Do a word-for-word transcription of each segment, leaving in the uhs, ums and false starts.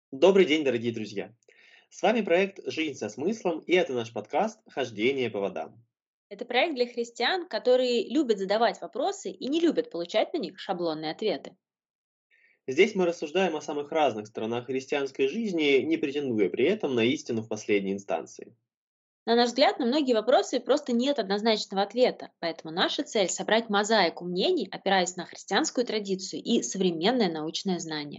Добрый день, дорогие друзья! С вами проект «Жизнь со смыслом» и это наш подкаст «Хождение по водам». Это проект для христиан, которые любят задавать вопросы и не любят получать на них шаблонные ответы. Здесь мы рассуждаем о самых разных сторонах христианской жизни, не претендуя при этом на истину в последней инстанции. На наш взгляд, на многие вопросы просто нет однозначного ответа, поэтому наша цель– собрать мозаику мнений, опираясь на христианскую традицию и современное научное знание.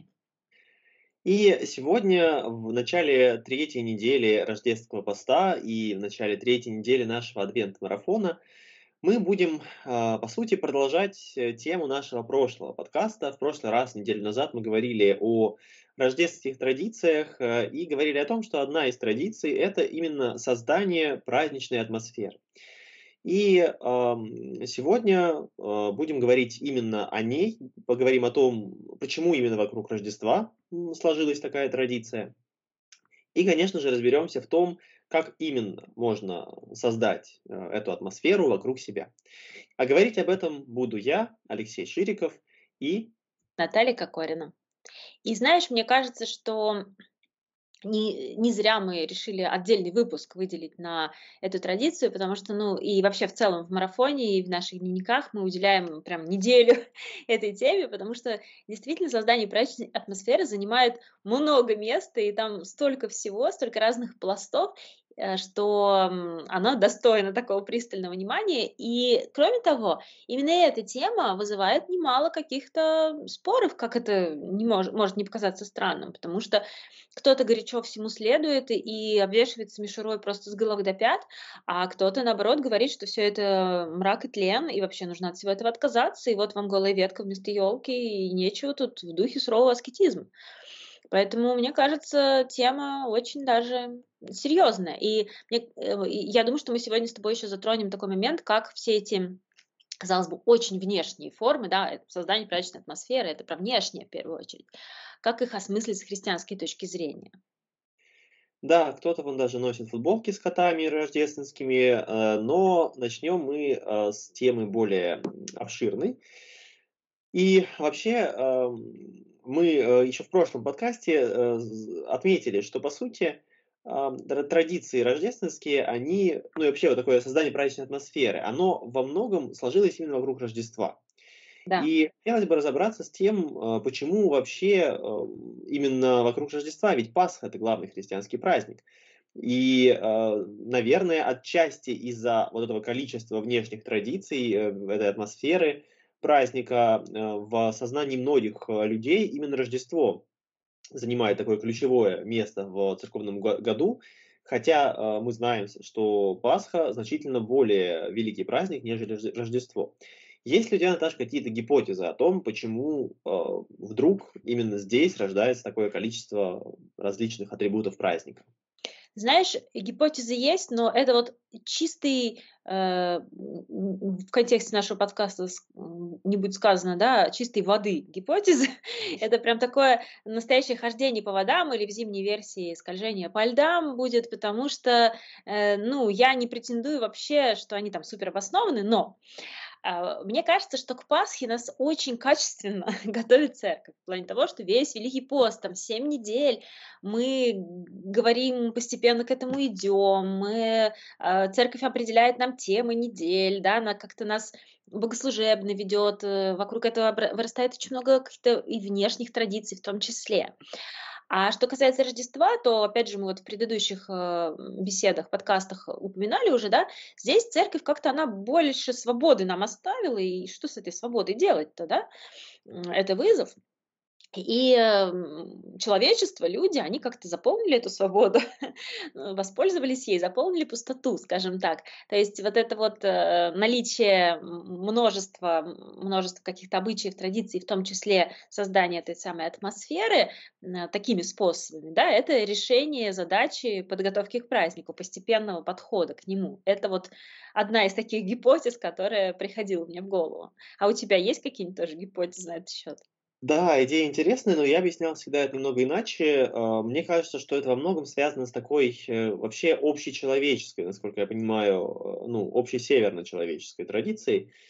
И сегодня, в начале третьей недели Рождественского поста и в начале третьей недели нашего адвент-марафона, мы будем, а, по сути, продолжать э, тему нашего прошлого подкаста. В прошлый раз, неделю назад, мы говорили о рождественских традициях э, и говорили о том, что одна из традиций– это именно создание праздничной атмосферы. И ам, сегодня а, будем говорить именно о ней, поговорим о том, почему именно вокруг Рождества м, сложилась такая традиция. И, конечно же, разберемся в том, как именно можно создать э, эту атмосферу вокруг себя. А говорить об этом буду я, Алексей Шириков, и Наталья Кокорина. И знаешь, мне кажется, что Не, не зря мы решили отдельный выпуск выделить на эту традицию, потому что, ну, и вообще в целом в марафоне и в наших дневниках мы уделяем прям неделю этой теме, потому что действительно создание праздничной атмосферы занимает много места, и там столько всего, столько разных пластов, э, что м, оно достойно такого пристального внимания. И, кроме того, именно эта тема вызывает немало каких-то споров, как это не мож- может не показаться странным, потому что кто-то горячо всему следует и обвешивается мишурой просто с головы до пят, а кто-то, наоборот, говорит, что все это мрак и тлен, и вообще нужно от всего этого отказаться, и вот вам голая ветка вместо елки, и нечего тут в духе сурового аскетизма. Поэтому, мне кажется, тема очень даже серьезная. И мне, э, и я думаю, что мы сегодня с тобой еще затронем такой момент, как все эти, казалось бы, очень внешние формы, да, это создание праздничной атмосферы, это про внешнее в первую очередь, как их осмыслить с христианской точки зрения. да, кто-то вон даже носит футболки с котами рождественскими, э, но начнем мы э, с темы более м, обширной. И вообще, ам, мы, э, еще в прошлом подкасте, э, з отметили, что, по сути, ам, тра традиции рождественские, они, ну и вообще вот такое создание праздничной атмосферы, оно во многом сложилось именно вокруг Рождества. Да. И хотелось бы разобраться с тем, а, почему вообще, ам, именно вокруг Рождества, ведь Пасха– это главный христианский праздник. И, а, наверное, отчасти из-за вот этого количества внешних традиций, э, этой атмосферы праздника, э, в сознании многих, э, людей именно Рождество занимает такое ключевое место в церковном го году. Хотя, а, мы знаем, с что Пасха значительно более великий праздник, нежели Рожде Рождество. Есть ли у тебя, Наташа, какие-то гипотезы о том, почему, а, вдруг именно здесь рождается такое количество различных атрибутов праздника? Знаешь, гипотезы есть, но это вот чистый, э, м, м, в контексте нашего подкаста с м, не будет сказано, да, чистой воды гипотезы. Это прям такое настоящее хождение по водам или в зимней версии скольжение по льдам будет, потому что, э, ну, я не претендую вообще, что они там супер обоснованы, но А, мне кажется, что к Пасхе нас очень качественно готовит церковь. В плане того, что весь Великий пост, там семь недель, мы говорим, постепенно к этому идем, мы, а, церковь определяет нам темы недель, да, она как-то нас богослужебно ведет, э, вокруг этого обра- вырастает очень много каких-то и внешних традиций в том числе. А что касается Рождества, то, опять же, мы вот в предыдущих, э, беседах, подкастах упоминали уже, да, здесь церковь как-то она больше свободы нам оставила, и что с этой свободой делать-то, да? М, это вызов. И, м, человечество, люди, они как-то заполнили эту свободу, э, воспользовались ей, заполнили пустоту, скажем так. То есть вот это вот, э, наличие м множества м множества каких-то обычаев, традиций, в том числе создание этой самой атмосферы, м, такими способами, да, это решение задачи подготовки к празднику, постепенного подхода к нему. Это вот одна из таких гипотез, которая приходила мне в голову. А у тебя есть какие-нибудь тоже гипотезы на этот счет? Да, идея интересная, но я объяснял всегда это немного иначе. А, мне кажется, что это во многом связано с такой, э, вообще общечеловеческой, насколько я понимаю, э, ну, общей северно-человеческой традицией.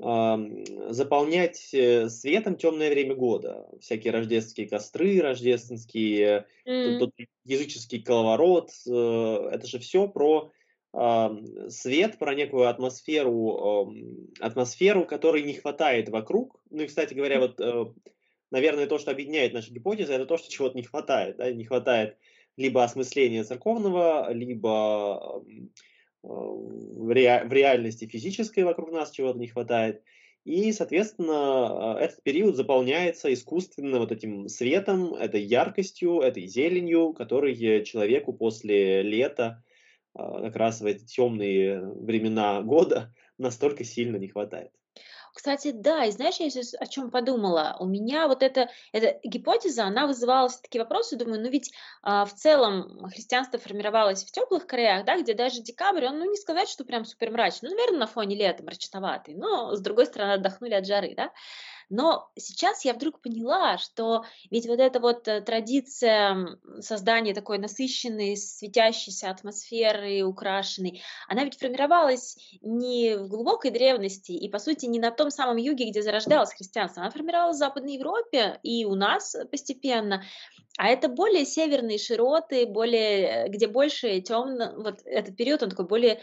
ам, заполнять э, светом темное время года. Всякие рождественские костры, рождественские, т- М, тот языческий коловорот. э, Это же все про ам, свет, про некую атмосферу, ам, атмосферу, которой не хватает вокруг. Ну и, кстати говоря, вот, э, наверное, то, что объединяет наши гипотезы, это то, что чего-то не хватает. Да? Не хватает либо осмысления церковного, либо ам, э, в реа в реальности физической вокруг нас чего-то не хватает. И, соответственно, э, этот период заполняется искусственно вот этим светом, этой яркостью, этой зеленью, которой э, человеку после лета, а, как раз в эти темные времена года настолько сильно не хватает. Кстати, да, и знаешь, я сейчас о чем подумала. У меня вот эта, эта гипотеза, она вызывала такие вопросы. Думаю, ну ведь а, в целом христианство формировалось в теплых краях, да, где даже декабрь, он, ну не сказать, что прям супер мрачный, ну, наверное, на фоне лета мрачноватый, но, с другой стороны, отдохнули от жары, да. Но сейчас я вдруг поняла, что ведь вот эта вот э, традиция м, создания такой насыщенной, светящейся атмосферы, украшенной, она ведь формировалась не в глубокой древности и, по сути, не на том самом юге, где зарождалось христианство. Она формировалась в Западной Европе и у нас постепенно. А это более северные широты, более, э, где больше темно, вот этот период, он такой более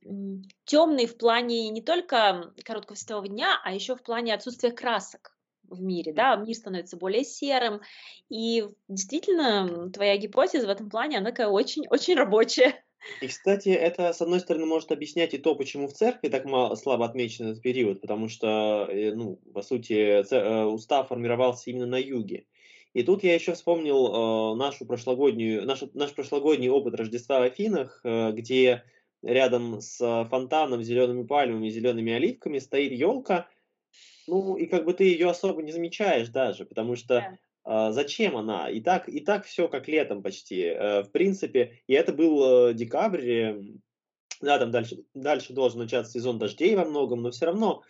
темный в плане не только короткого светового дня, а еще в плане отсутствия красок в мире, да, мир становится более серым. И действительно, м, твоя гипотеза в этом плане, она такая очень, очень рабочая. И, кстати, это, с одной стороны, может объяснять и то, почему в церкви так мало, слабо отмечен этот период, потому что, э, ну, по сути, це- э, устав формировался именно на юге. И тут я еще вспомнил э, нашу прошлогоднюю, наш, наш прошлогодний опыт Рождества в Афинах, э, где рядом с фонтаном, зелеными пальмами, зелеными оливками стоит елка. Ну, и как бы ты ее особо не замечаешь даже, потому что, Да. а, зачем она? И так и так все как летом почти. Э, в принципе, и это был, э, декабрь, м, да, там дальше дальше должен начаться сезон дождей во многом, но все равно,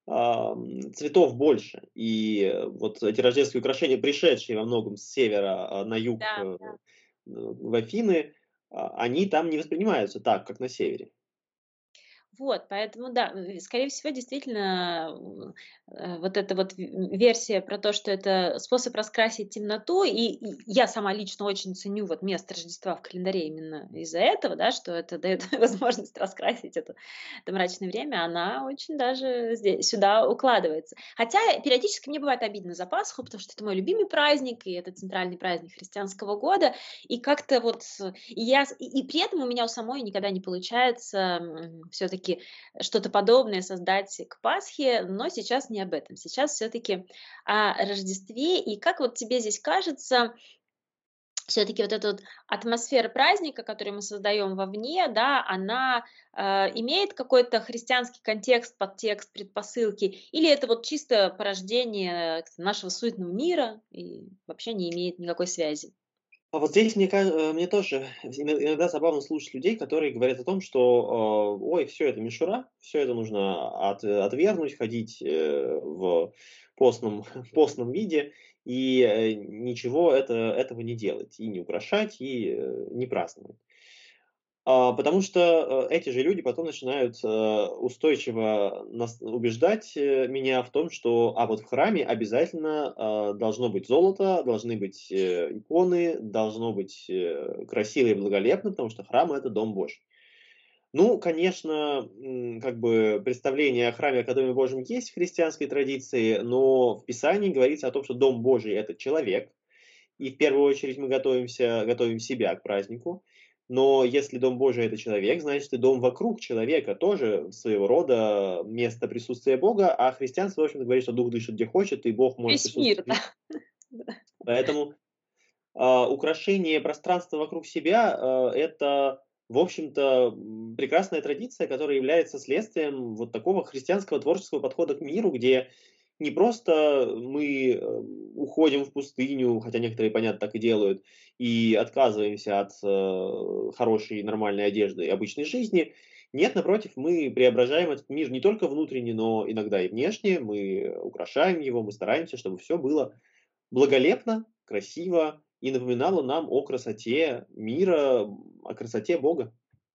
ам, цветов больше. И, э, вот эти рождественские украшения, пришедшие во многом с севера, а, на юг, Да. э, в Афины, а, они там не воспринимаются так, как на севере. Вот, поэтому да, э, скорее всего, действительно, м, э, вот эта вот в версия про то, что это способ раскрасить темноту, и и я сама лично очень ценю вот место Рождества в календаре именно из-за этого, да, что это даёт возможность раскрасить это это мрачное время, она очень даже зде сюда укладывается. Хотя периодически мне бывает обидно за Пасху, потому что это мой любимый праздник, и это центральный праздник христианского года, и как-то вот, э, и я с и и при этом у меня у самой никогда не получается, все таки что-то подобное создать к Пасхе, но сейчас не об этом. Сейчас все таки о Рождестве. И как вот тебе здесь кажется, все таки вот эта вот атмосфера праздника, которую мы создаем вовне, да, она, э, имеет какой-то христианский контекст, подтекст, предпосылки, или это вот чисто порождение нашего суетного мира и вообще не имеет никакой связи? А вот здесь мне ка э, мне тоже ино иногда забавно слушать людей, которые говорят о том, что, э, ой, все это мишура, все это нужно от отвергнуть, ходить, э, в постном постном виде и, э, ничего это этого не делать, и не украшать, и, э, не праздновать. А, потому что, э, эти же люди потом начинают, э, устойчиво нас убеждать, э, меня в том, что, а вот в храме обязательно, а, должно быть золото, должны быть, э, иконы, должно быть, э, красиво и благолепно, потому что храм — это дом Божий. Ну, конечно, м, как бы представление о храме, как о доме Божьем есть в христианской традиции, но в Писании говорится о том, что дом Божий — это человек, и в первую очередь мы готовимся готовим себя к празднику. Но если Дом Божий — это человек, значит, и дом вокруг человека тоже своего рода место присутствия Бога, а христианство, в общем-то, говорит, что Дух дышит где хочет, и Бог может Весь мир, присутствовать. да. Поэтому а, украшение пространства вокруг себя, а, это, в общем-то, м, прекрасная традиция, которая является следствием вот такого христианского творческого подхода к миру, где не просто мы э, уходим в пустыню, хотя некоторые, понятно, так и делают, и отказываемся от э, хорошей нормальной одежды и обычной жизни. Нет, напротив, мы преображаем этот мир не только внутренне, но иногда и внешне. Мы украшаем его, мы стараемся, чтобы все было благолепно, красиво и напоминало нам о красоте мира, о красоте Бога.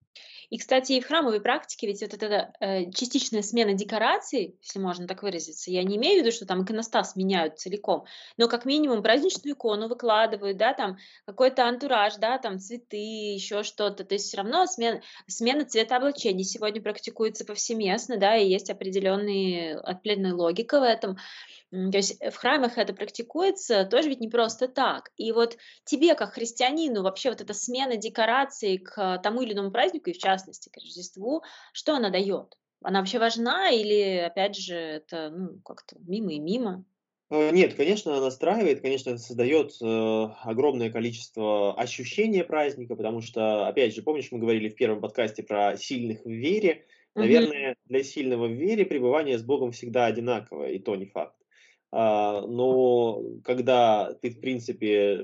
И, кстати, и в храмовой практике ведь вот эта э, частичная смена декораций, если можно так выразиться, я не имею в виду, что там иконостас меняют целиком, но как минимум праздничную икону выкладывают, да, там какой-то антураж, да, там цветы, еще что-то. То есть все равно смена, смена цвета облачений сегодня практикуется повсеместно, да, и есть определенные, определенная логика в этом. М, то есть, э, в храмах это практикуется тоже ведь не просто так. И вот тебе, как христианину, вообще вот эта смена декораций к тому или иному празднику, и в частности к Рождеству, что она дает? Она вообще важна или, опять же, это, ну, как-то мимо и мимо? Э, нет, конечно, она настраивает, конечно, это создает, э, огромное количество ощущения праздника, потому что, опять же, помнишь, мы говорили в первом подкасте про сильных в вере? Мгм. Наверное, для сильного в вере пребывание с Богом всегда одинаковое, и то не факт. А, но когда ты, в принципе,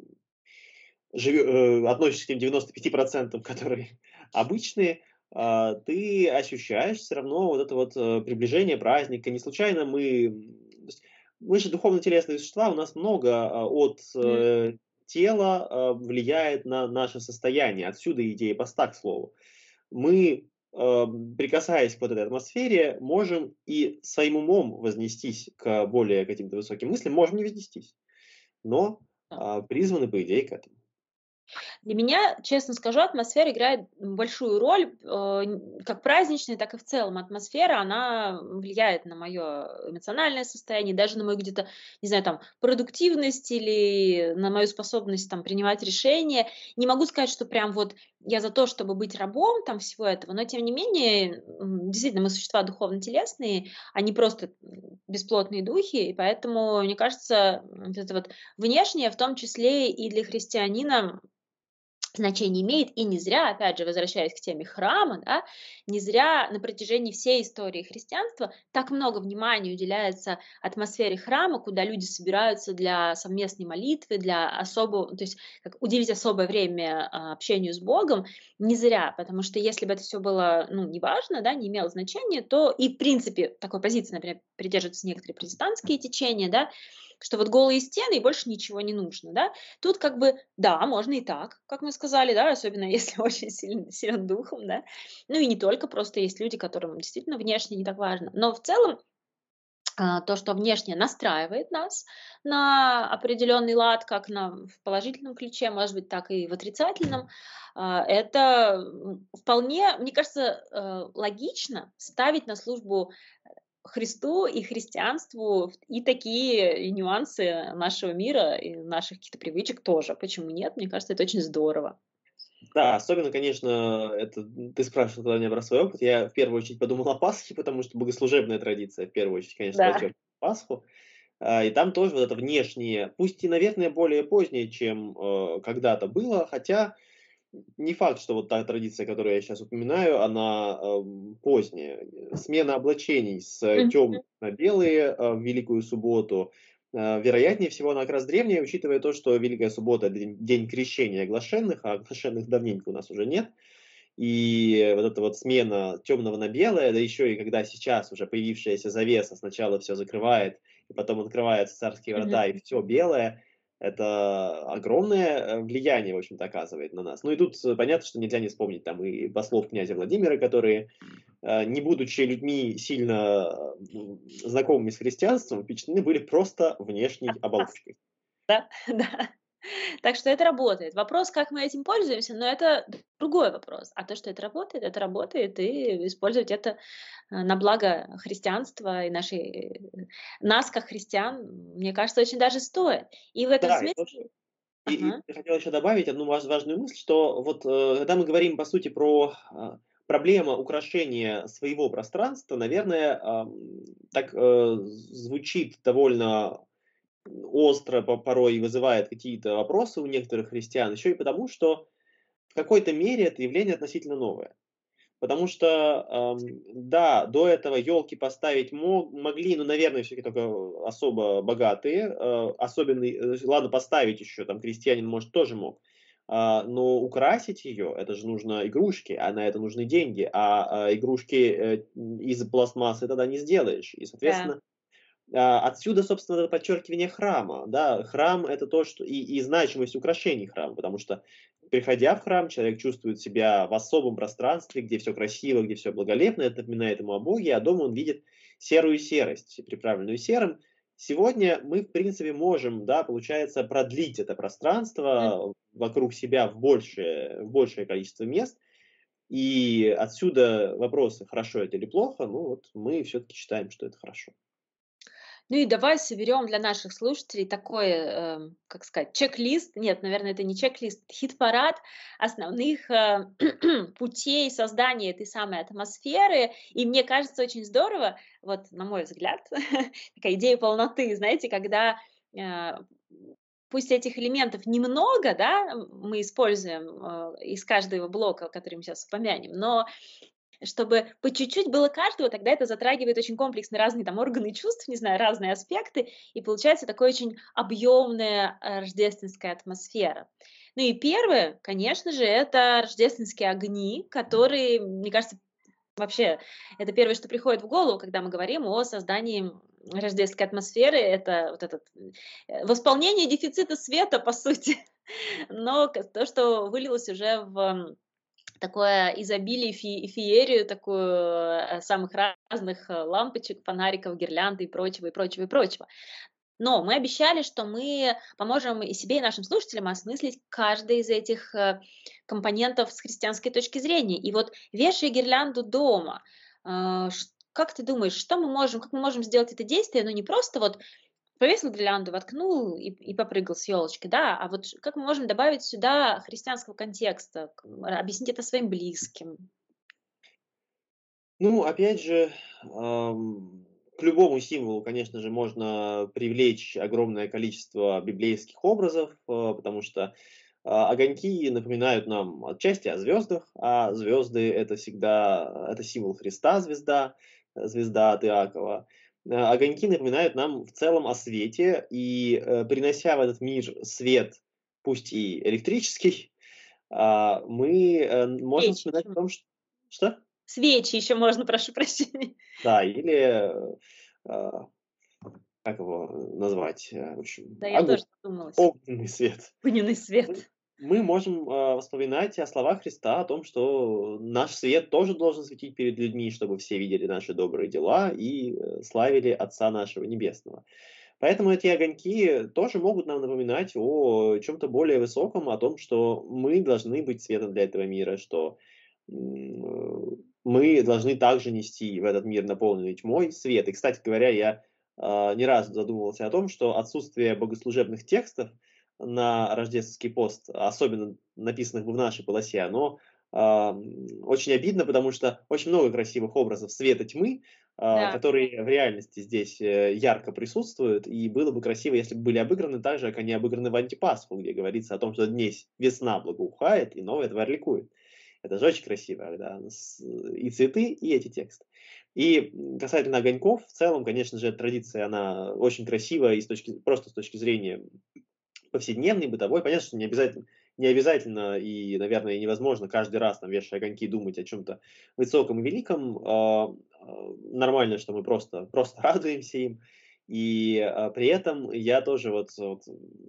живё э, относишься к тем девяноста пяти процентам, которые обычные, а, ты ощущаешь все равно вот это вот, э, приближение праздника. Не случайно мы, м, то есть мы же духовно-телесные существа, у нас много, а, от, М. э, тела, а, влияет на наше состояние. Отсюда идея поста, к слову. Мы, ам, прикасаясь к вот этой атмосфере, можем и своим умом вознестись к более каким-то высоким мыслям, можем не вознестись, но, Да. а, призваны, по идее, к этому. Для меня, честно скажу, атмосфера играет большую роль, э, н как праздничная, так и в целом. Атмосфера, она влияет на мое эмоциональное состояние, даже на мою где-то, не знаю, там, продуктивность или на мою способность там принимать решения. Не могу сказать, что прям вот я за то, чтобы быть рабом там всего этого, но тем не менее, м, действительно, мы существа духовно-телесные, а не просто м, бесплотные духи, и поэтому, мне кажется, м, вот это вот внешнее, в том числе и для христианина, значение имеет. И не зря, опять же, возвращаясь к теме храма, да, не зря на протяжении всей истории христианства так много внимания уделяется атмосфере храма, куда люди собираются для совместной молитвы, для особого, то есть как уделить особое время а, общению с Богом. Не зря, потому что если бы это все было, ну, неважно, да, не имело значения, то и в принципе такой позиции, например, придерживаются некоторые протестантские течения, да, что вот голые стены и больше ничего не нужно, да. Тут как бы, да, можно и так, как мы сказали, да, особенно если очень силен, силен духом, да. Ну и не только, просто есть люди, которым действительно внешне не так важно. Но в целом а, то, что внешне настраивает нас на определенный лад, как на, в положительном ключе, может быть, так и в отрицательном, а, это м, вполне, мне кажется, э, логично ставить на службу Христу и христианству и такие нюансы нашего мира и наших каких-то привычек тоже. Почему нет? Мне кажется, это очень здорово. Да, особенно, конечно, это, м, ты спрашивал тогда меня про свой опыт. Я в первую очередь подумал о Пасхе, потому что богослужебная традиция, в первую очередь, конечно, Да. подчеркивает Пасху. А, и там тоже вот это внешнее, пусть и, наверное, более позднее, чем, э, когда-то было, хотя не факт, что вот та традиция, которую я сейчас упоминаю, она, ам, поздняя. Э, смена облачений с Мгм. темных на белые, а, в Великую субботу, а, вероятнее всего, она как раз древняя, учитывая то, что Великая суббота — это день день крещения оглашенных, а оглашенных давненько у нас уже нет. И вот эта вот смена темного на белое, да еще и когда сейчас уже появившаяся завеса сначала все закрывает, и потом открываются царские Мгм. врата, и все белое — это огромное, э, влияние, в общем-то, оказывает на нас. Ну и тут, э, понятно, что нельзя не вспомнить там и послов князя Владимира, которые, э, не будучи людьми сильно, м, знакомыми с христианством, впечатлены были просто внешней оболочкой. Да, да. Так что это работает. Вопрос, как мы этим пользуемся, но это другой вопрос. А то, что это работает, это работает, и использовать это э, на благо христианства и нашей, э, нас, как христиан, мне кажется, очень даже стоит. И в этом Да, и тоже смысле... И Ага. и я хотел еще добавить одну важ важную мысль, что вот, э, когда мы говорим, по сути, про, а, проблема украшения своего пространства, наверное, ам, так, э, звучит довольно остро, по порой и вызывает какие-то вопросы у некоторых христиан, еще и потому, что в какой-то мере это явление относительно новое. Потому что, ам, да, до этого елки поставить мо могли, но, наверное, все таки только особо богатые, э, особенный, э, ладно, поставить еще там крестьянин, может, тоже мог, а, но украсить ее — это же нужно игрушки, а на это нужны деньги, а, а, игрушки, э, из пластмассы тогда не сделаешь. И, Да. соответственно, а, отсюда, собственно, это подчеркивание храма, да. Храм — это то, что и и значимость украшений храма, потому что, приходя в храм, человек чувствует себя в особом пространстве, где все красиво, где все благолепно, это напоминает ему о Боге, а дома он видит серую серость, приправленную серым. Сегодня мы, в принципе, можем, да, получается, продлить это пространство вокруг себя в большее в большее количество мест. И отсюда вопросы, хорошо это или плохо. Ну вот мы все-таки считаем, что это хорошо. Ну и давай соберем для наших слушателей такой, эм, как сказать, чек-лист. Нет, наверное, это не чек-лист, хит-парад основных э, путей создания этой самой атмосферы. И мне кажется, очень здорово, вот на мой взгляд, такая идея полноты, знаете, когда э, пусть этих элементов немного, да, мы используем э, из каждого блока, который мы сейчас упомянем, но чтобы по чуть-чуть было каждого, тогда это затрагивает очень комплексно разные там органы чувств, не знаю, разные аспекты, и получается такая очень объемная э, рождественская атмосфера. Ну и первое, конечно же, это рождественские огни, которые, мне кажется, вообще это первое, что приходит в голову, когда мы говорим о создании рождественской атмосферы. Это вот этот э, восполнение дефицита света, по сути, но к- то, что вылилось уже в такое изобилие, фе феерию такую, э, самых разных, э, лампочек, фонариков, гирлянд и прочего, и прочего, и прочего. Но мы обещали, что мы поможем и себе, и нашим слушателям осмыслить каждый из этих, э, компонентов с христианской точки зрения. И вот, вешая гирлянду дома, а, ш как ты думаешь, что мы можем как мы можем сделать это действие, но не просто вот повесил гирлянду, воткнул и и попрыгал с елочки, да, а вот ш как мы можем добавить сюда христианского контекста, к объяснить это своим близким? Ну, опять же, ам, к любому символу, конечно же, можно привлечь огромное количество библейских образов, а, потому что а, огоньки напоминают нам отчасти о звездах, а звезды — это всегда это символ Христа, звезда, э, звезда от Иакова. А, огоньки напоминают нам в целом о свете, и э, принося в этот мир свет, пусть и электрический, а, мы э, можем Свечи вспоминать о еще том, что... Что? свечи еще можно, прошу прощения. Да, или, э, а, как его назвать, э, в общем, Да, я огонь, тоже задумалась. огненный свет. Огненный Мы свет. мы можем, а, вспоминать о словах Христа, о том, что наш свет тоже должен светить перед людьми, чтобы все видели наши добрые дела и, э, славили Отца нашего Небесного. Поэтому эти огоньки тоже могут нам напоминать о чем то более высоком, о том, что мы должны быть светом для этого мира, что, м, э, мы должны также нести в этот мир, наполненный тьмой, свет. И, кстати говоря, я, а, не раз задумывался о том, что отсутствие богослужебных текстов на рождественский пост, особенно написанных в нашей полосе, оно, ам, очень обидно, потому что очень много красивых образов света, тьмы, а, Да. которые в реальности здесь, э, ярко присутствуют. И было бы красиво, если бы были обыграны так же, как они обыграны в "Антипасху", где говорится о том, что днесь весна благоухает и новая тварь ликует. Это же очень красиво, когда с и цветы, и эти тексты. И, м, касательно огоньков, в целом, конечно же, эта традиция, она очень красивая и с точки просто с точки зрения повседневной, бытовой. Понятно, что не обязательно не обязательно и, наверное, и невозможно каждый раз, там, вешая огоньки, думать о чем то высоком и великом. А, а, нормально, что мы просто просто радуемся им. И, а, при этом я тоже вот вот,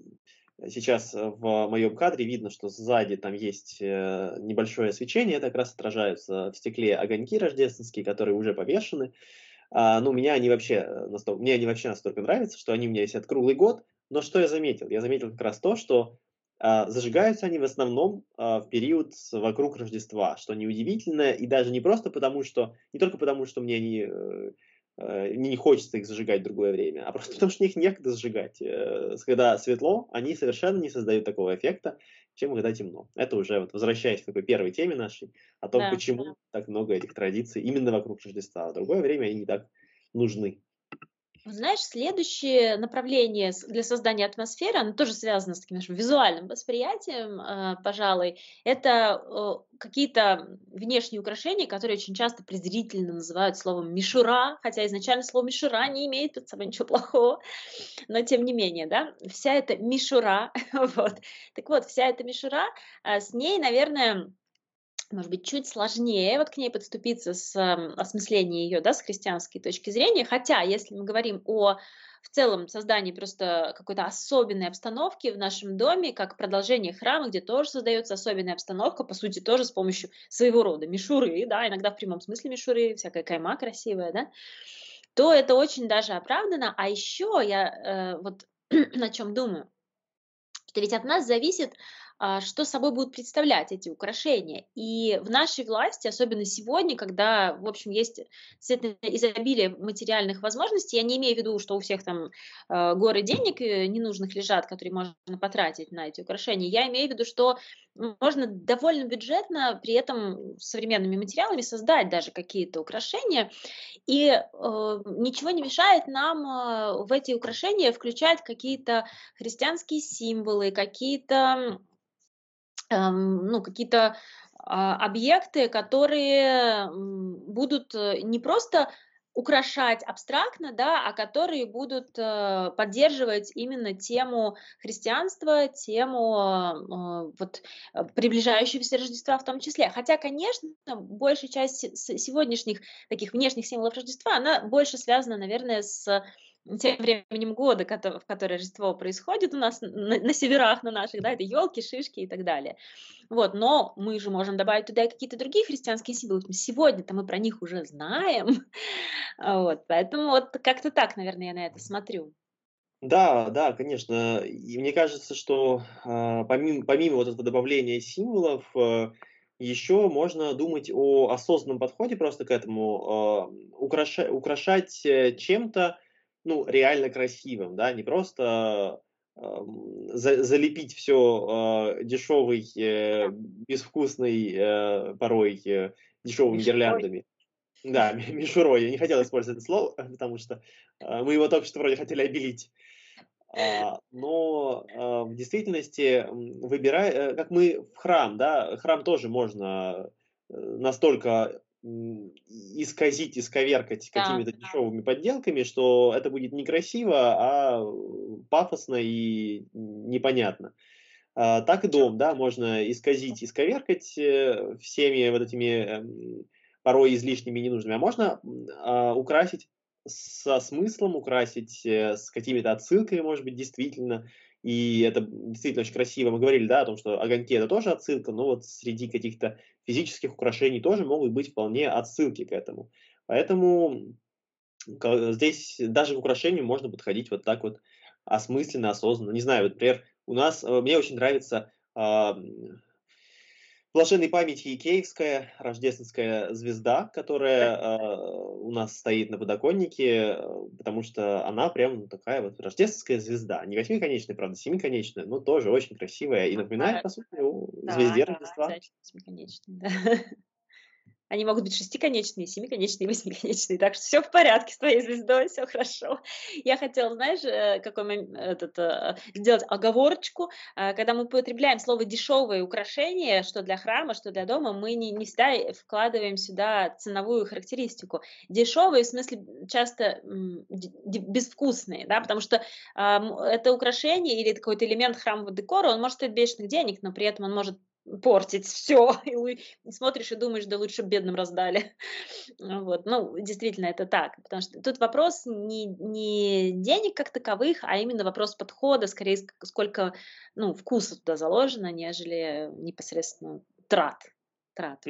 м, сейчас э, в моем кадре видно, что сзади там есть, э, небольшое свечение, это как раз отражаются в стекле огоньки рождественские, которые уже повешены. А, ну, меня они вообще, э, настолько мне они вообще настолько нравятся, что они у меня висят круглый год. Но что я заметил? Я заметил как раз то, что, а, зажигаются они в основном, а, в период с вокруг Рождества, что неудивительно. И даже не просто потому, что не только потому, что мне они, э, э, мне не хочется их зажигать в другое время, а просто потому, что мне их некогда зажигать. Э, с когда светло, они совершенно не создают такого эффекта, чем когда темно. Это уже вот возвращаясь к такой первой теме нашей, о том, Да. почему так много этих традиций именно вокруг Рождества. В другое время они не так нужны. Вот знаешь, следующее направление с для создания атмосферы, оно тоже связано с таким нашим визуальным восприятием, а, пожалуй. Это, э, какие-то внешние украшения, которые очень часто презрительно называют словом мишура, хотя изначально слово мишура не имеет под собой ничего плохого, но тем не менее, да, вся эта мишура, вот. Так вот, вся эта мишура, а, с ней, наверное, может быть, чуть сложнее вот к ней подступиться с ам, осмысления ее, да, с христианской точки зрения. Хотя, если мы говорим о в целом создании просто какой-то особенной обстановки в нашем доме, как продолжение храма, где тоже создается особенная обстановка, по сути, тоже с помощью своего рода мишуры, да, иногда в прямом смысле мишуры, всякая кайма красивая, да, то это очень даже оправдано. А еще я э, вот на чем думаю, что ведь от нас зависит, а, что собой будут представлять эти украшения. И в нашей власти, особенно сегодня, когда, в общем, есть действительно изобилие материальных возможностей, я не имею в виду, что у всех там э, горы денег э, ненужных лежат, которые можно потратить на эти украшения. Я имею в виду, что можно довольно бюджетно, при этом современными материалами создать даже какие-то украшения, и э, ничего не мешает нам э, в эти украшения включать какие-то христианские символы, какие-то, эм, ну, какие-то а, объекты, которые м, будут э, не просто украшать абстрактно, да, а которые будут э, поддерживать именно тему христианства, тему э, вот э, приближающегося Рождества в том числе. Хотя, конечно, большая часть се- с- сегодняшних таких внешних символов Рождества, она больше связана, наверное, с тем временем года, кото- в которое Рождество происходит у нас на, на северах на наших, да, это елки, шишки и так далее. Вот, но мы же можем добавить туда и какие-то другие христианские символы. Сегодня-то мы про них уже знаем. А, вот, поэтому вот как-то так, наверное, я на это смотрю. Да, да, конечно. И мне кажется, что, а, помимо помимо вот этого добавления символов, э, еще можно думать о осознанном подходе просто к этому, а, украша украшать, э, чем-то, ну, реально красивым, да, не просто, ам, за залепить все дешевой, э, безвкусной, э, порой, э, дешевыми Мишурой. гирляндами. Да, ми мишурой. Я не хотел использовать это слово, потому что, а, мы его только что вроде хотели обелить. А, но, а, в действительности, м, выбирая, э, как мы в храм, да, храм тоже можно, э, настолько, м, и исказить, исковеркать Да, какими-то да. дешевыми подделками, что это будет некрасиво, а, э, пафосно и непонятно. А, так и дом, да, можно исказить, исковеркать, э, всеми вот этими, эм, порой излишними, ненужными, а можно, м, а, украсить со смыслом, украсить, э, с какими-то отсылками, может быть, действительно. И это, м, действительно очень красиво. Мы говорили, да, о том, что огоньки — это тоже отсылка, но вот среди каких-то физических украшений тоже могут быть вполне отсылки к этому. Поэтому, ка здесь даже к украшению можно подходить вот так вот осмысленно, осознанно. Не знаю, вот, например, у нас, э, мне очень нравится, а, м, блаженной памяти икеевская рождественская звезда, которая, а, у нас стоит на подоконнике, э, потому что она прям ну, такая вот рождественская звезда. Не восьмиконечная, правда, семиконечная, но тоже очень красивая и напоминает, Бывает. по сути, о Да, звезде да, Рождества. обязательно восьмиконечный, да. Они могут быть шестиконечные, семиконечные, восьмиконечные. Так что все в порядке с твоей звездой, все хорошо. Я хотела, знаешь, э, какой мом этот, э, сделать оговорочку. Э, когда мы употребляем слово "дешевые украшения", что для храма, что для дома, мы не не всегда э, вкладываем сюда ценовую характеристику. Дешевые, в смысле, часто, м, д д безвкусные, да, потому что, ам, это украшение или это какой-то элемент храмового декора, он может стоить бешеных денег, но при этом он может портить все. И лы смотришь и думаешь: "Да лучше б бедным раздали". Ну вот, ну, действительно, это так. Потому что тут вопрос не не денег как таковых, а именно вопрос подхода, скорее, ск сколько, ну, вкуса туда заложено, нежели непосредственно трат трат.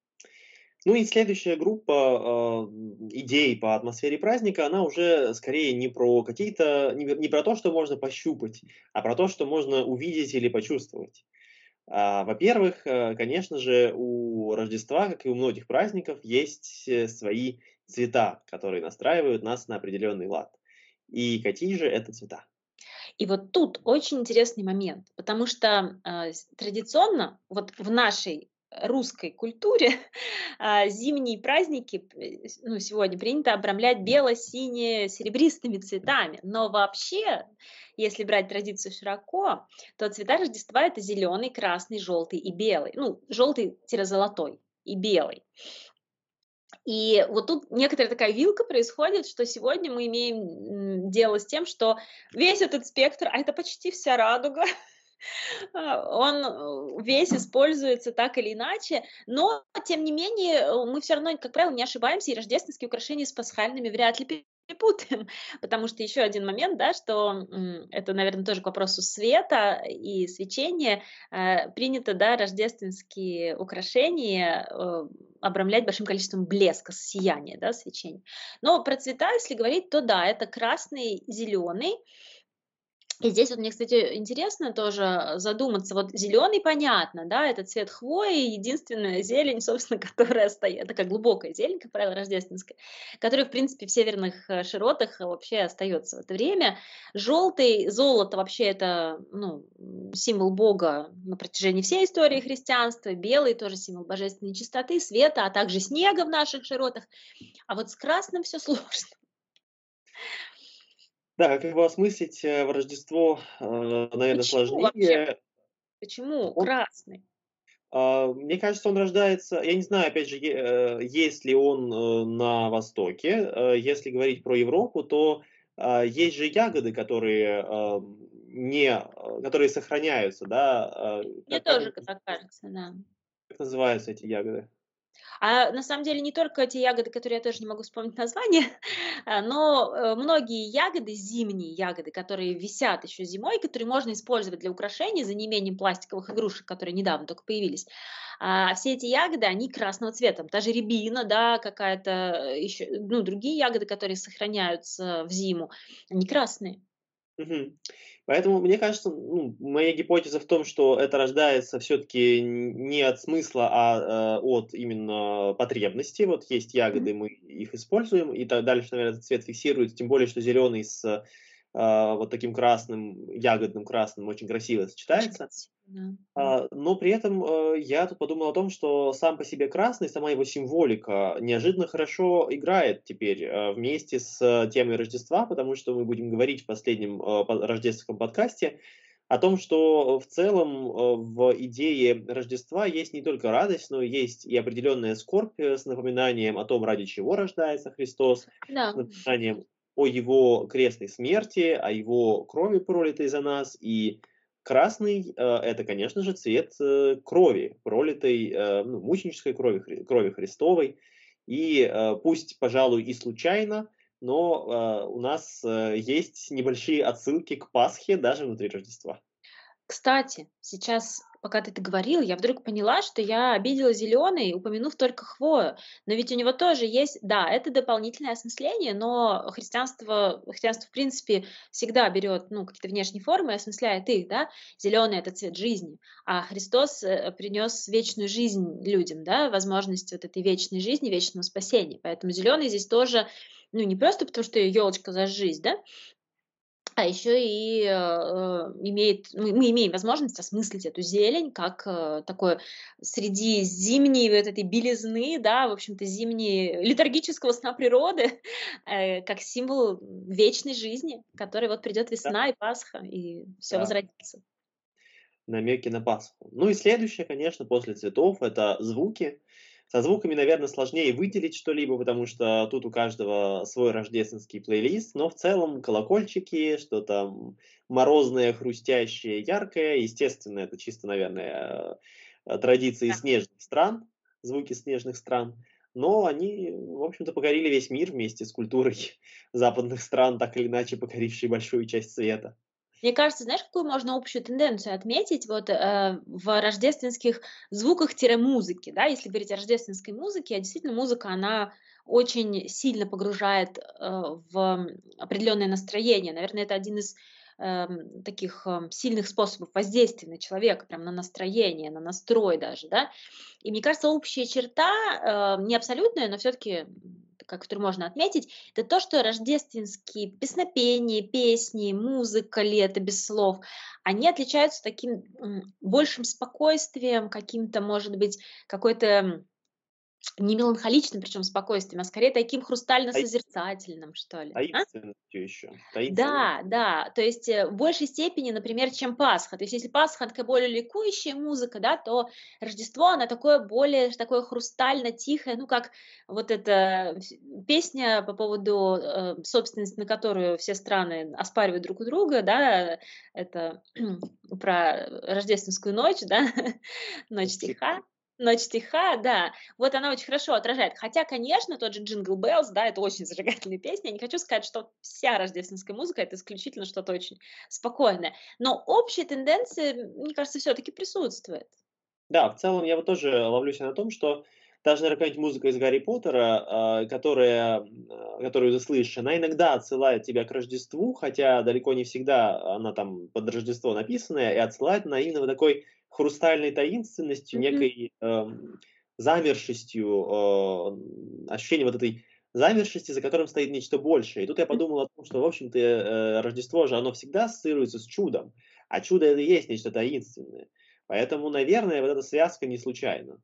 Ну и следующая группа, а, м, идей по атмосфере праздника, она уже скорее не про какие-то, не, не про то, что можно пощупать, а про то, что можно увидеть или почувствовать. А, во-первых, э, конечно же, у Рождества, как и у многих праздников, есть э, свои цвета, которые настраивают нас на определенный лад. И какие же это цвета? И вот тут очень интересный момент, потому что, а, с традиционно вот в нашей русской культуре, а, зимние праздники, п с ну, сегодня принято обрамлять бело-сине-серебристыми цветами. Но вообще, если брать традицию широко, то цвета Рождества — это зеленый, красный, желтый и белый. Ну, желтый-золотой и белый. И вот тут некоторая такая вилка происходит, что сегодня мы имеем, м, дело с тем, что весь этот спектр, а это почти вся радуга, А, Он э, весь используется так или иначе, но тем не менее э, мы все равно, как правило, не ошибаемся, и рождественские украшения с пасхальными вряд ли перепутаем, потому что еще один момент, да, что м, это, наверное, тоже к вопросу света и свечения, э, принято, да, рождественские украшения э, обрамлять большим количеством блеска, сияния, да, свечения. Но про цвета, если говорить, то да, это красный, зеленый, и здесь вот мне, кстати, интересно тоже задуматься. Вот зеленый, понятно, да, это цвет хвои, единственная зелень, собственно, которая стоит, такая глубокая зелень, как правило, рождественская, которая, в принципе, в северных э, широтах вообще остается в это время. Желтый, золото вообще это, ну, м, символ Бога на протяжении всей истории христианства. Белый тоже символ божественной чистоты, света, а также снега в наших широтах. А вот с красным все сложно. Да, как его осмыслить э, в Рождество, наверное, Почему вообще? сложнее. Почему Он, красный? а, мне кажется, он рождается, я не знаю, опять же, е- э, есть ли он э, на Востоке. Э, Если говорить про Европу, то а, есть же ягоды, которые а, не, а, которые сохраняются, да. а, Мне Как, как, тоже они- к так кажется, да. как называются эти ягоды? А на самом деле не только те ягоды, которые я тоже не могу вспомнить название, а, но, э, многие ягоды, зимние ягоды, которые висят еще зимой, которые можно использовать для украшений за неимением пластиковых игрушек, которые недавно только появились. А, все эти ягоды, они красного цвета. Та же рябина, да, какая-то, э, еще, ну, другие ягоды, которые сохраняются в зиму, они красные. Мгм. Поэтому мне кажется, ну, моя гипотеза в том, что это рождается все-таки не от смысла, а э, от именно потребности. Вот есть Мгм. ягоды, мы их используем, и так дальше, наверное, этот цвет фиксируется, тем более, что зеленый с а, вот таким красным, ягодным красным очень красиво Очень сочетается. красиво, да. А, но при этом, э, я тут подумал о том, что сам по себе красный, сама его символика неожиданно хорошо играет теперь, э, вместе с э, темой Рождества, потому что мы будем говорить в последнем, э, по рождественском подкасте о том, что в целом, э, в идее Рождества есть не только радость, но есть и определенная скорбь, э, с напоминанием о том, ради чего рождается Христос, с Да. напоминанием о его крестной смерти, о его крови, пролитой за нас. И красный, э, это, конечно же, цвет, э, крови, пролитой, э, ну, мученической крови, хри крови Христовой. И, э, пусть, пожалуй, и случайно, но, э, у нас, э, есть небольшие отсылки к Пасхе даже внутри Рождества. Кстати, сейчас, пока ты это говорил, я вдруг поняла, что я обидела зеленый, упомянув только хвою. Но ведь у него тоже есть, да, это дополнительное осмысление, но христианство, христианство в принципе всегда берет, ну, какие-то внешние формы и осмысляет их, да. Зеленый это цвет жизни, а Христос э, принес вечную жизнь людям, да, возможность вот этой вечной жизни, вечного спасения. Поэтому зеленый здесь тоже, ну, не просто потому, что елочка за жизнь, да, а еще и, э, э, имеет мы мы имеем возможность осмыслить эту зелень как, э, такое среди зимней вот этой белизны, да, в общем-то, зимней летаргического сна природы, э, как символ вечной жизни, которой вот придет Да, весна и Пасха, и все да, возродится. намеки на Пасху. Ну и следующее, конечно, после цветов — это звуки. Со звуками, наверное, сложнее выделить что-либо, потому что тут у каждого свой рождественский плейлист, но в целом колокольчики, что-то, м, морозное, хрустящее, яркое. Естественно, это чисто, наверное, э, традиции Да. снежных стран, звуки снежных стран, но они, в общем-то, покорили весь мир вместе с культурой западных стран, так или иначе покорившей большую часть света. Мне кажется, знаешь, какую можно общую тенденцию отметить вот, э, в рождественских звуках-музыке, да? Если говорить о рождественской музыке, а действительно музыка, она очень сильно погружает, э, в определенное настроение. Наверное, это один из, эм, таких, эм, сильных способов воздействия на человека, прям на настроение, на настрой даже, да? И мне кажется, общая черта, э, не абсолютная, но все-таки, которую можно отметить, это то, что рождественские песнопения, песни, музыка "Лето без слов", они отличаются таким, м, большим спокойствием, каким-то, может быть, какой-то Не меланхоличным, причем спокойствием, а скорее таким Таи хрустально-созерцательным, что ли. А? таинственностью еще, таинственностью. Да, да, то есть, э, в большей степени, например, чем Пасха. То есть если Пасха- такая более ликующая музыка, да, то Рождество- оно такое более ш такое хрустально-тихое, ну, как вот эта вс песня по поводу, э, собственности, на которую все страны оспаривают друг у друга, да. Это про рождественскую ночь, да. Ночь тиха, ночь тиха, да. Вот она очень хорошо отражает. Хотя, конечно, тот же Jingle Bells, да, это очень зажигательная песня. Я не хочу сказать, что вся рождественская музыка- это исключительно что-то очень спокойное. Но общие тенденции, мне кажется, все-таки присутствуют. Да, в целом я вот тоже ловлю себя на том, что даже, наверно, какая-нибудь музыка из "Гарри Поттера", а, которая, м, а, которую ты слышишь, она иногда отсылает тебя к Рождеству, хотя далеко не всегда она там под Рождество написанная, и отсылает она именно вот такой хрустальной таинственностью, Мгм. некой, эм, замершестью, а, м, ощущением вот этой замершести, за которым стоит нечто большее. И тут я М. подумал о том, что, в общем-то, э, Рождество же, оно всегда ассоциируется с чудом, а чудо- это и есть нечто таинственное. Поэтому, наверное, вот эта связка не случайна.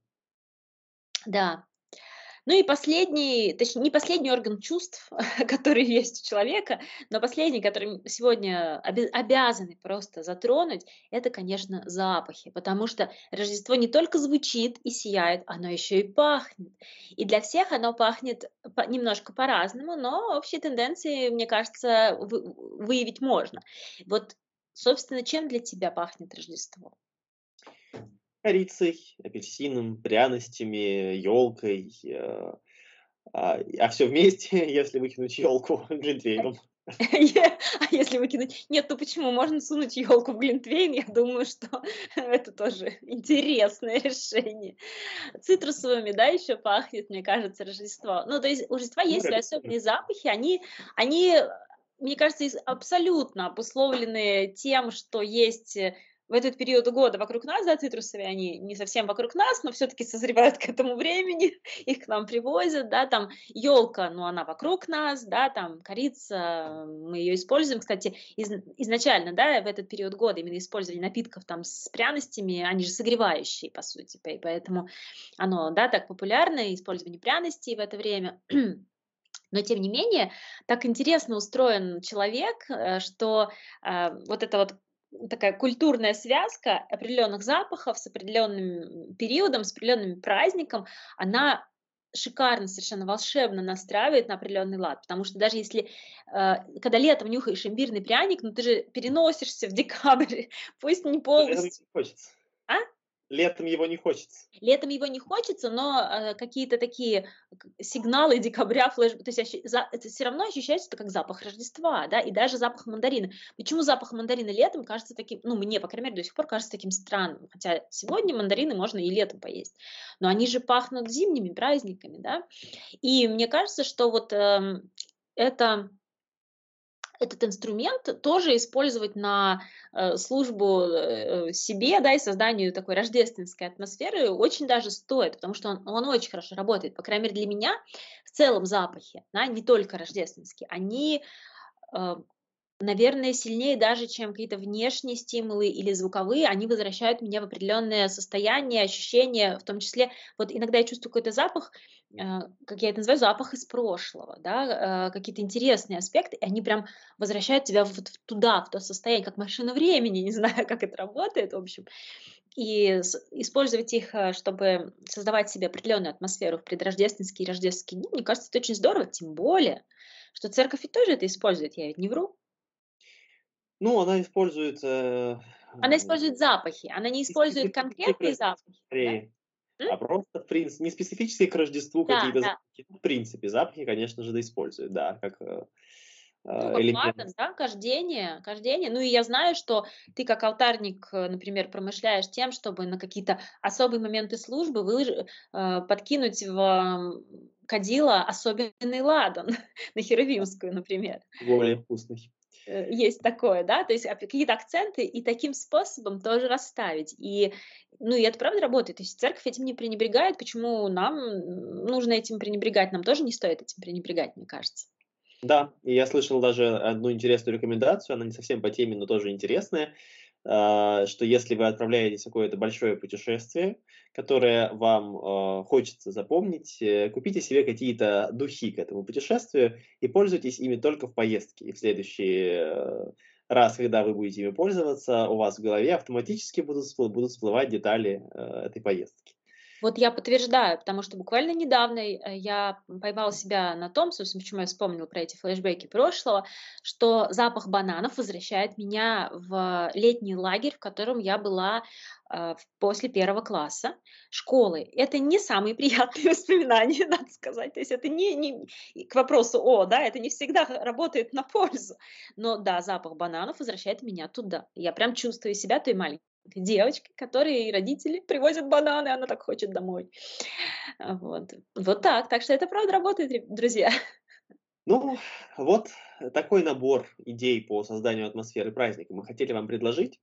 Да. Ну и последний, точнее, не последний орган чувств, который есть у человека, но последний, который м сегодня обя обязаны просто затронуть- это, конечно, запахи. Потому что Рождество не только звучит и сияет, оно еще и пахнет. И для всех оно пахнет по немножко по-разному, но общие тенденции, мне кажется, вы выявить можно. Вот, собственно, чем для тебя пахнет Рождество? Корицей, апельсином, пряностями, ёлкой, а, а, а всё вместе, если выкинуть ёлку, глинтвейном. Я а если выкинуть? Нет, ну почему? Можно сунуть ёлку в глинтвейн, я думаю, что это тоже интересное решение. Цитрусовыми, да, еще пахнет, мне кажется, Рождество. Ну, то есть у Рождества Ну, есть свои релятивно. особенные запахи. Они они, мне кажется, ис абсолютно обусловлены тем, что есть, э, в этот период года вокруг нас, да. Цитрусовые, они не совсем вокруг нас, но всё-таки созревают к этому времени, их к нам привозят, да. Там ёлка, ну, она вокруг нас, да. Там корица, мы ее используем. Кстати, изн изначально, да, в этот период года именно использование напитков там с пряностями, они же согревающие, по сути, пой поэтому оно, да, так популярно, использование пряностей в это время. Но тем не менее, так интересно устроен человек, э, что, а, вот эта вот такая культурная связка определенных запахов с определенным периодом, с определенным праздником, она шикарно, совершенно волшебно настраивает на определенный лад. Потому что даже если, э, когда летом нюхаешь имбирный пряник, ну, ты же переносишься в декабрь, пусть не Но летом его полностью. не хочется. А? Летом его не хочется. Летом его не хочется, но, э, какие-то такие к сигналы декабря, флэш то есть ощу за это всё равно ощущается это как запах Рождества, да, и даже запах мандарина. Почему запах мандарина летом кажется таким, ну, мне, по крайней мере, до сих пор кажется таким странным, хотя сегодня мандарины можно и летом поесть, но они же пахнут зимними праздниками, да. И мне кажется, что вот, эм, это этот инструмент тоже использовать на, э, службу, э, себе, да, и созданию такой рождественской атмосферы очень даже стоит, потому что он он очень хорошо работает. По крайней мере, для меня в целом запахи, да, не только рождественские, они, э, наверное, сильнее даже, чем какие-то внешние стимулы или звуковые. Они возвращают меня в определенное состояние, ощущение. В том числе, вот иногда я чувствую какой-то запах, э, как я это называю, запах из прошлого, да, э, какие-то интересные аспекты, и они прям возвращают тебя вот в туда, в то состояние, как машина времени. Не знаю, как это работает, в общем. И с использовать их, э, чтобы создавать себе определенную атмосферу в предрождественские и рождественские дни, мне кажется, это очень здорово. Тем более, что церковь ведь тоже это использует, я ведь не вру? Ну, она использует, э, Она ам использует запахи, она не не использует специфические к конкретные Рождеству запахи, да? скорее, М? а просто в принц не специфические к Рождеству Да, какие-то да. запахи. В принципе, запахи, конечно же, да, используют, да, как, э, Ну, а, как элемент. ладан, да, кождение кождение. Ну, и я знаю, что ты, как алтарник, э, например, промышляешь тем, чтобы на какие-то особые моменты службы вылож э, подкинуть в, ам, кадило особенный ладан, на Да. херувимскую, например. Более вкусный. Э, есть такое, да, то есть ап какие-то акценты и таким способом тоже расставить. И, ну, и это правда работает. То есть церковь этим не пренебрегает. Почему нам, м, нужно этим пренебрегать? Нам тоже не стоит этим пренебрегать, мне кажется. Да, и я слышал даже одну интересную рекомендацию, она не совсем по теме, но тоже интересная. а, что если вы отправляетесь в какое-то большое путешествие, которое вам а, хочется запомнить, э, купите себе какие-то духи к этому путешествию и пользуйтесь ими только в поездке. И в следующий э, раз, когда вы будете ими пользоваться, у вас в голове автоматически будут, всплы- будут всплывать детали э, этой поездки. Вот я подтверждаю, потому что буквально недавно э, я поймала себя на том, собственно, почему я вспомнила про эти флешбеки прошлого, что запах бананов возвращает меня в летний лагерь, в котором я была э, в- после первого класса школы. Это не самые приятные воспоминания, надо сказать. То есть это не, не и к вопросу «о», да, это не всегда х- работает на пользу. Но да, запах бананов возвращает меня туда. Я прям чувствую себя той маленькой девочкой, которой родители привозят бананы, она так хочет домой. А, вот. Вот так. Так что это правда работает, реб друзья. Ну, вот такой набор идей по созданию атмосферы праздника мы хотели вам предложить.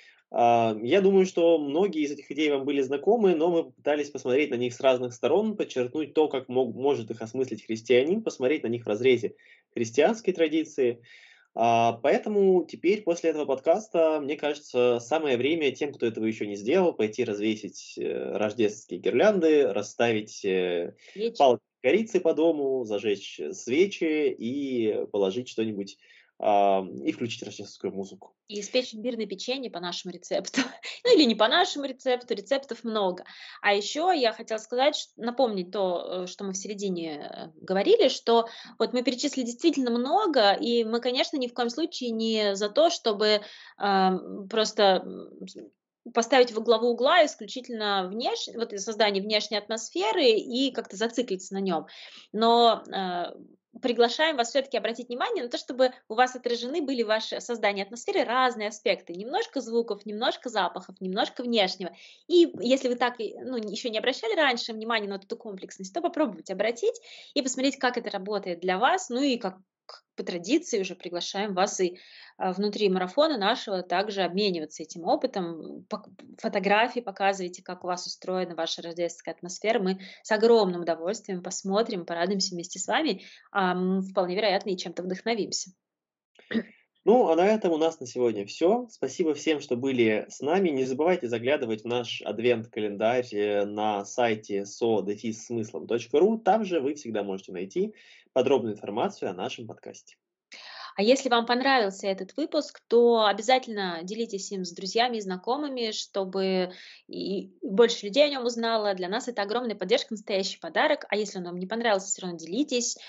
А, Я думаю, что многие из этих идей вам были знакомы, но мы попытались посмотреть на них с разных сторон, подчеркнуть то, как мог- может их осмыслить христианин, посмотреть на них в разрезе христианской традиции. А, Поэтому теперь, после этого подкаста, мне кажется, самое время тем, кто этого еще не сделал, пойти развесить э, рождественские гирлянды, расставить э, Вечи. палки корицы по дому, зажечь э, свечи и положить что-нибудь а, и включить рождественскую музыку. И испечь имбирное печенье по нашему рецепту. Ну, или не по нашему рецепту, рецептов много. А еще я хотела сказать, ш напомнить то, э, что мы в середине, э, говорили, что вот мы перечислили действительно много, и мы, конечно, ни в коем случае не за то, чтобы, ам, просто, м, с поставить во главу угла исключительно внеш вот и создание внешней атмосферы и как-то зациклиться на нем. Но, э, приглашаем вас все-таки обратить внимание на то, чтобы у вас отражены были в ваше создание атмосферы разные аспекты. Немножко звуков, немножко запахов, немножко внешнего. И если вы так и, ну, еще не обращали раньше внимания на вот эту комплексность, то попробуйте обратить и посмотреть, как это работает для вас. Ну и как к- по традиции уже приглашаем вас и а, внутри марафона нашего также обмениваться этим опытом. Пок- Фотографии показывайте, как у вас устроена ваша рождественская атмосфера. Мы с огромным удовольствием посмотрим, порадуемся вместе с вами. Ам, вполне вероятно, и чем-то вдохновимся. Ну, а на этом у нас на сегодня все. Спасибо всем, что были с нами. Не забывайте заглядывать в наш адвент-календарь э, на сайте со смыслом точка ру. Там же вы всегда можете найти подробную информацию о нашем подкасте. А если вам понравился этот выпуск, то обязательно делитесь им с друзьями и знакомыми, чтобы и больше людей о нем узнало. Для нас это огромная поддержка, настоящий подарок. А если он вам не понравился, все равно делитесь.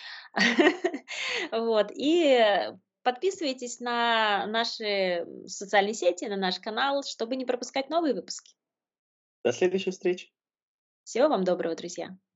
Вот. И подписывайтесь на наши социальные сети, на наш канал, чтобы не пропускать новые выпуски. До следующей встречи. Всего вам доброго, друзья!